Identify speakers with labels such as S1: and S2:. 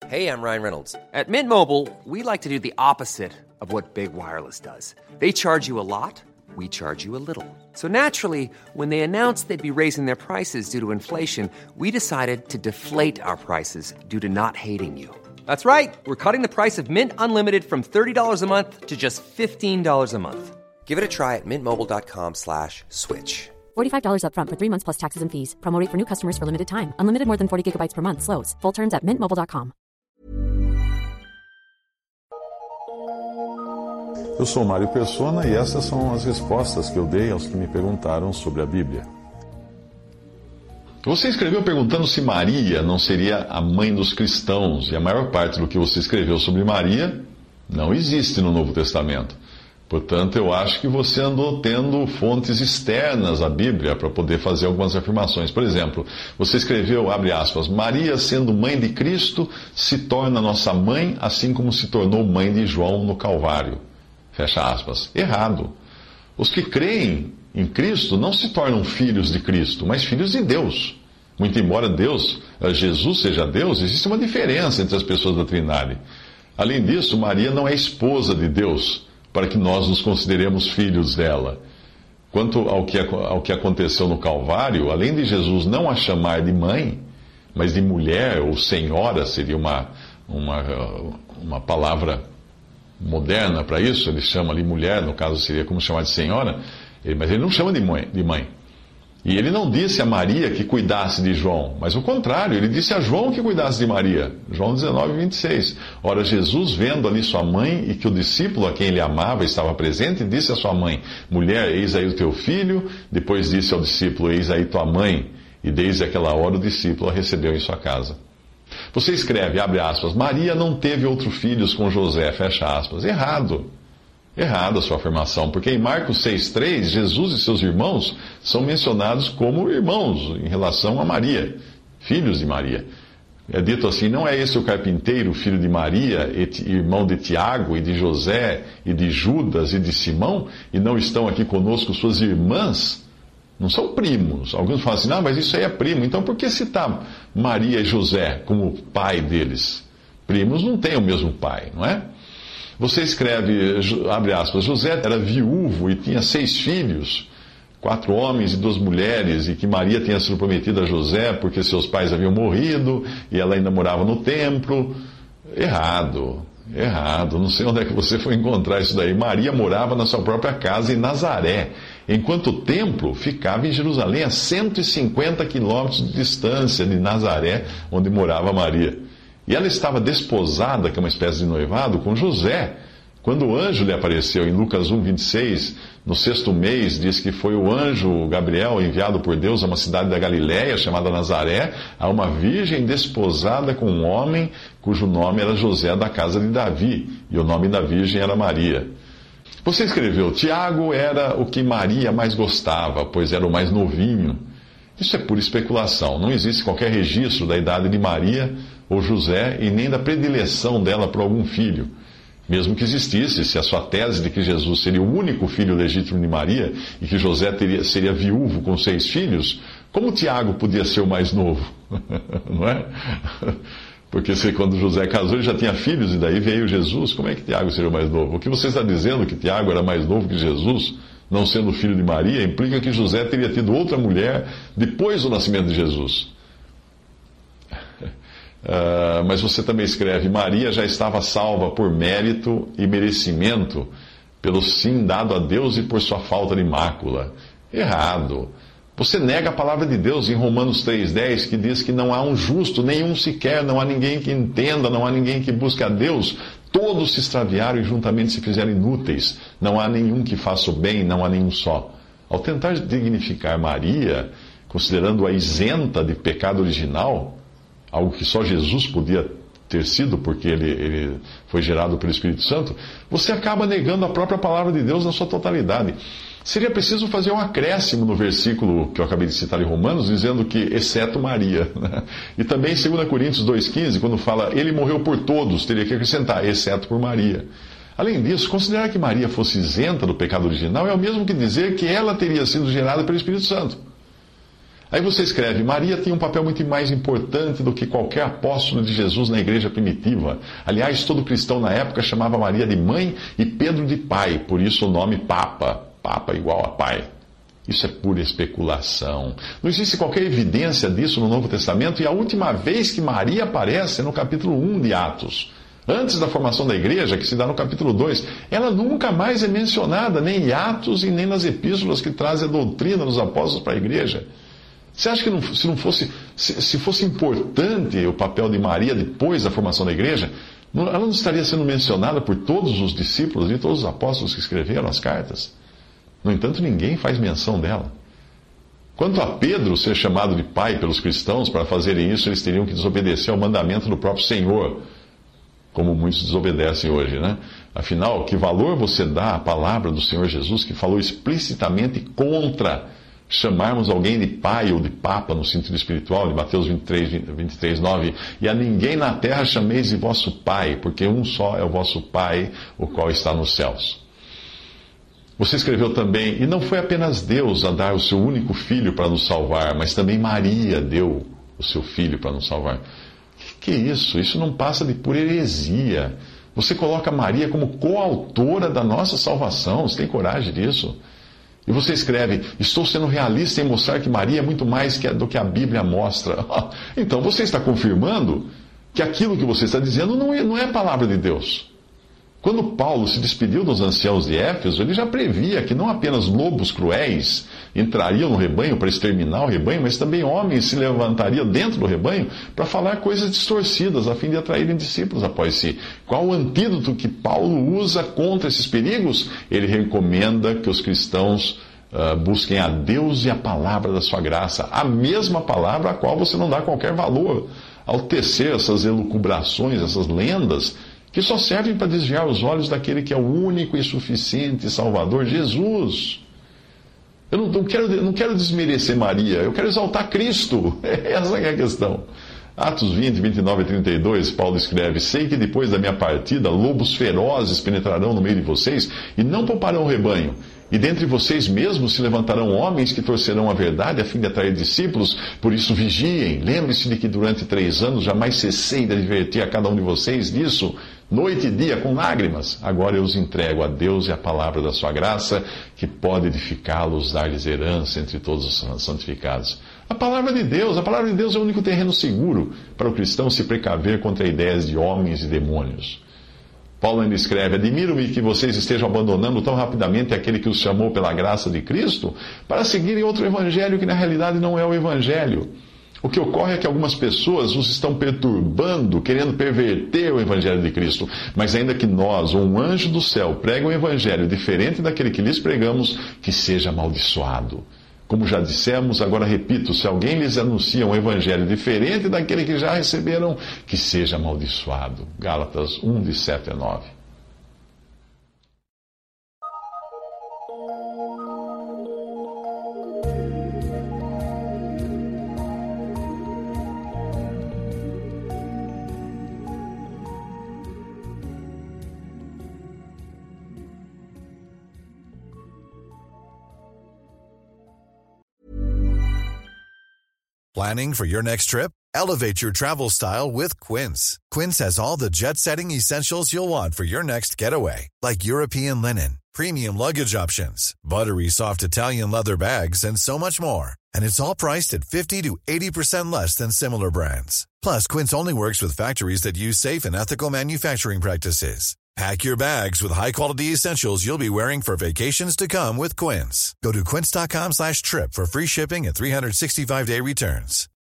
S1: Hey, I'm Ryan Reynolds. At Mint Mobile, we like to do the opposite of what Big Wireless does. They charge you a lot, we charge you a little. So naturally, when they announced they'd be raising their prices due to inflation, we decided to deflate our prices due to not hating you. That's right. We're cutting the price of Mint Unlimited from $30 a month to just $15 a month. Give it a try at mintmobile.com/switch.
S2: $45 up front for 3 months plus taxes and fees. Promo rate for new customers for limited time. Unlimited more than 40 gigabytes per month. Slows full terms at mintmobile.com.
S3: Eu sou Mário Persona e essas são as respostas que eu dei aos que me perguntaram sobre a Bíblia.
S4: Você escreveu perguntando se Maria não seria a mãe dos cristãos, e a maior parte do que você escreveu sobre Maria não existe no Novo Testamento. Portanto, eu acho que você andou tendo fontes externas à Bíblia para poder fazer algumas afirmações. Por exemplo, você escreveu, abre aspas, Maria, sendo mãe de Cristo, se torna nossa mãe, assim como se tornou mãe de João no Calvário. Fecha aspas. Errado. Os que creem em Cristo não se tornam filhos de Cristo, mas filhos de Deus. Muito embora Jesus seja Deus, existe uma diferença entre as pessoas da Trindade. Além disso, Maria não é esposa de Deus, para que nós nos consideremos filhos dela. Quanto ao que aconteceu no Calvário, além de Jesus não a chamar de mãe, mas de mulher ou senhora, seria uma palavra moderna para isso, ele chama ali mulher, no caso seria como chamar de senhora, mas ele não chama de mãe. E ele não disse a Maria que cuidasse de João, mas o contrário, ele disse a João que cuidasse de Maria. João 19, 26. Ora, Jesus, vendo ali sua mãe e que o discípulo a quem ele amava estava presente, disse a sua mãe, mulher, eis aí o teu filho. Depois disse ao discípulo, eis aí tua mãe. E desde aquela hora o discípulo a recebeu em sua casa. Você escreve, abre aspas, Maria não teve outros filhos com José, fecha aspas. Errado. Errada a sua afirmação, porque em Marcos 6,3, Jesus e seus irmãos são mencionados como irmãos em relação a Maria, filhos de Maria. É dito assim, não é esse o carpinteiro, filho de Maria, irmão de Tiago e de José e de Judas e de Simão, e não estão aqui conosco suas irmãs? Não são primos. Alguns falam assim, não, mas isso aí é primo. Então por que citar Maria e José como pai deles? Primos não têm o mesmo pai, não é? Você escreve, abre aspas, José era viúvo e tinha 6 filhos, 4 homens e 2 mulheres, e que Maria tinha sido prometida a José porque seus pais haviam morrido e ela ainda morava no templo. Errado. Não sei onde é que você foi encontrar isso daí. Maria morava na sua própria casa em Nazaré, enquanto o templo ficava em Jerusalém, a 150 quilômetros de distância de Nazaré, onde morava Maria. E ela estava desposada, que é uma espécie de noivado, com José. Quando o anjo lhe apareceu em Lucas 1, 26, no 6º mês, diz que foi o anjo Gabriel enviado por Deus a uma cidade da Galiléia, chamada Nazaré, a uma virgem desposada com um homem cujo nome era José da casa de Davi, e o nome da virgem era Maria. Você escreveu, Tiago era o que Maria mais gostava, pois era o mais novinho. Isso é pura especulação. Não existe qualquer registro da idade de Maria ou José e nem da predileção dela por algum filho. Mesmo que existisse, se a sua tese de que Jesus seria o único filho legítimo de Maria e que José seria viúvo com 6 filhos, como Tiago podia ser o mais novo? Não é? Porque quando José casou, ele já tinha filhos e daí veio Jesus. Como é que Tiago seria o mais novo? O que você está dizendo que Tiago era mais novo que Jesus, não sendo filho de Maria, implica que José teria tido outra mulher depois do nascimento de Jesus. Mas você também escreve, Maria já estava salva por mérito e merecimento, pelo sim dado a Deus e por sua falta de mácula. Errado. Você nega a palavra de Deus em Romanos 3,10, que diz que não há um justo, nenhum sequer, não há ninguém que entenda, não há ninguém que busque a Deus. Todos se extraviaram e juntamente se fizeram inúteis. Não há nenhum que faça o bem, não há nenhum só. Ao tentar dignificar Maria, considerando-a isenta de pecado original, algo que só Jesus podia ter sido, porque ele foi gerado pelo Espírito Santo, você acaba negando a própria palavra de Deus na sua totalidade. Seria preciso fazer um acréscimo no versículo que eu acabei de citar em Romanos, dizendo que, exceto Maria. E também em 2 Coríntios 2,15, quando fala, ele morreu por todos, teria que acrescentar, exceto por Maria. Além disso, considerar que Maria fosse isenta do pecado original é o mesmo que dizer que ela teria sido gerada pelo Espírito Santo. Aí você escreve, Maria tinha um papel muito mais importante do que qualquer apóstolo de Jesus na igreja primitiva. Aliás, todo cristão na época chamava Maria de mãe e Pedro de pai, por isso o nome Papa. Papa igual a pai. Isso é pura especulação. Não existe qualquer evidência disso no Novo Testamento, e a última vez que Maria aparece é no capítulo 1 de Atos. Antes da formação da igreja, que se dá no capítulo 2, ela nunca mais é mencionada, nem em Atos e nem nas epístolas que trazem a doutrina dos apóstolos para a igreja. Você acha que se fosse importante o papel de Maria depois da formação da igreja, ela não estaria sendo mencionada por todos os discípulos e todos os apóstolos que escreveram as cartas? No entanto, ninguém faz menção dela. Quanto a Pedro ser chamado de pai pelos cristãos, para fazerem isso, eles teriam que desobedecer ao mandamento do próprio Senhor, como muitos desobedecem hoje, né? Afinal, que valor você dá à palavra do Senhor Jesus, que falou explicitamente contra chamarmos alguém de pai ou de papa no sentido espiritual, de Mateus 23, 9, e a ninguém na terra chameis de vosso pai, porque um só é o vosso pai, o qual está nos céus. Você escreveu também, e não foi apenas Deus a dar o seu único filho para nos salvar, mas também Maria deu o seu filho para nos salvar. Que é isso? Isso não passa de pura heresia. Você coloca Maria como coautora da nossa salvação. Você tem coragem disso? E você escreve, estou sendo realista em mostrar que Maria é muito mais do que a Bíblia mostra. Então você está confirmando que aquilo que você está dizendo não é a palavra de Deus. Quando Paulo se despediu dos anciãos de Éfeso, ele já previa que não apenas lobos cruéis entrariam no rebanho para exterminar o rebanho, mas também homens se levantariam dentro do rebanho para falar coisas distorcidas, a fim de atraírem discípulos após si. Qual o antídoto que Paulo usa contra esses perigos? Ele recomenda que os cristãos busquem a Deus e a palavra da sua graça, a mesma palavra a qual você não dá qualquer valor, ao tecer essas elucubrações, essas lendas, que só servem para desviar os olhos daquele que é o único e suficiente Salvador, Jesus. Eu não quero desmerecer Maria, eu quero exaltar Cristo. Essa é a questão. Atos 20, 29 e 32, Paulo escreve, sei que depois da minha partida, lobos ferozes penetrarão no meio de vocês e não pouparão o rebanho. E dentre vocês mesmos se levantarão homens que torcerão a verdade a fim de atrair discípulos. Por isso vigiem. Lembre-se de que durante 3 anos jamais cessei de advertir a cada um de vocês disso, noite e dia, com lágrimas. Agora eu os entrego a Deus e a palavra da sua graça, que pode edificá-los, dar-lhes herança entre todos os santificados. A palavra de Deus é o único terreno seguro para o cristão se precaver contra ideias de homens e demônios. Paulo ainda escreve, admiro-me que vocês estejam abandonando tão rapidamente aquele que os chamou pela graça de Cristo para seguirem outro evangelho que na realidade não é o evangelho. O que ocorre é que algumas pessoas os estão perturbando, querendo perverter o evangelho de Cristo. Mas ainda que nós, ou um anjo do céu, pregue um evangelho diferente daquele que lhes pregamos, que seja amaldiçoado. Como já dissemos, agora repito, se alguém lhes anuncia um evangelho diferente daquele que já receberam, que seja amaldiçoado. Gálatas 1, de 7 a 9.
S5: Planning for your next trip? Elevate your travel style with Quince. Quince has all the jet-setting essentials you'll want for your next getaway, like European linen, premium luggage options, buttery soft Italian leather bags, and so much more. And it's all priced at 50 to 80% less than similar brands. Plus, Quince only works with factories that use safe and ethical manufacturing practices. Pack your bags with high-quality essentials you'll be wearing for vacations to come with Quince. Go to quince.com/trip for free shipping and 365-day returns.